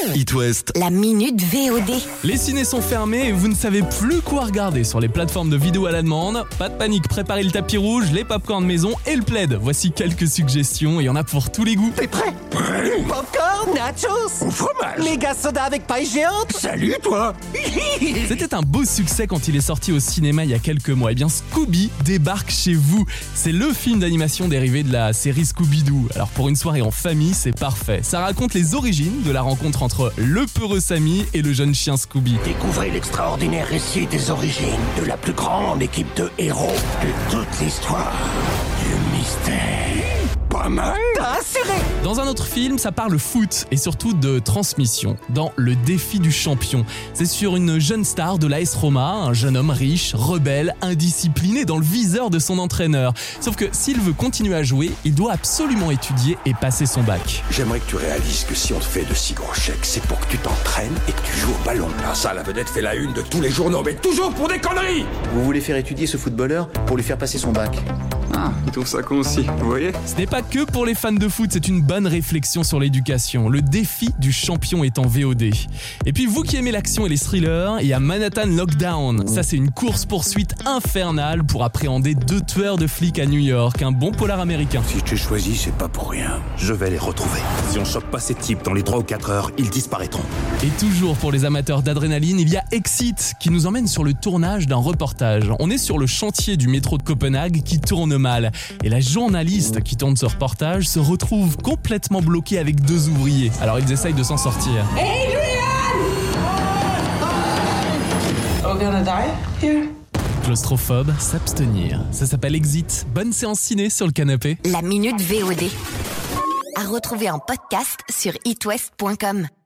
It West. La minute VOD. Les ciné sont fermés et vous ne savez plus quoi regarder sur les plateformes de vidéo à la demande. Pas de panique, préparez le tapis rouge, les popcorn maison et le plaid. Voici quelques suggestions, il y en a pour tous les goûts. T'es prêt? Popcorn, nachos, Au fromage. méga soda avec paille géante. Salut toi. C'était un beau succès quand il est sorti au cinéma il y a quelques mois. Eh bien Scooby débarque chez vous. C'est le film d'animation dérivé de la série Scooby-Doo. Alors pour une soirée en famille, c'est parfait. Ça raconte les origines de la rencontre entre le peureux Sammy et le jeune chien Scooby. Découvrez l'extraordinaire récit des origines de la plus grande équipe de héros de toute l'histoire du mystère. Pas mal. T'as assuré. Dans un autre film, ça parle foot et surtout de transmission. Dans Le défi du champion, c'est sur une jeune star de l'AS Roma, un jeune homme riche, rebelle, indiscipliné dans le viseur de son entraîneur. Sauf que s'il veut continuer à jouer, il doit absolument étudier et passer son bac. J'aimerais que tu réalises que si on te fait de si gros chèques, c'est pour que tu t'entraînes et que tu joues au ballon. Ah ça, la vedette fait la une de tous les journaux, mais toujours pour des conneries. Vous voulez faire étudier ce footballeur pour lui faire passer son bac. Ah, il trouve ça con aussi, vous voyez? Ce n'est pas que pour les fans de foot, c'est une bonne réflexion sur l'éducation. Le défi du champion est en VOD. Et puis vous qui aimez l'action et les thrillers, il y a Manhattan Lockdown. Ça c'est une course-poursuite infernale pour appréhender 2 tueurs de flics à New York. Un bon polar américain. Si je t'ai choisi, c'est pas pour rien. Je vais les retrouver. Si on chope pas ces types dans les 3 ou 4 heures, ils disparaîtront. Et toujours pour les amateurs d'adrénaline, il y a Exit qui nous emmène sur le tournage d'un reportage. On est sur le chantier du métro de Copenhague qui tourne mal. Et la journaliste qui tourne ce reportage se retrouve complètement bloquée avec 2 ouvriers. Alors ils essayent de s'en sortir. We're gonna die here. Claustrophobe, s'abstenir. Ça s'appelle Exit. Bonne séance ciné sur le canapé. La minute VOD. À retrouver en podcast sur itwest.com.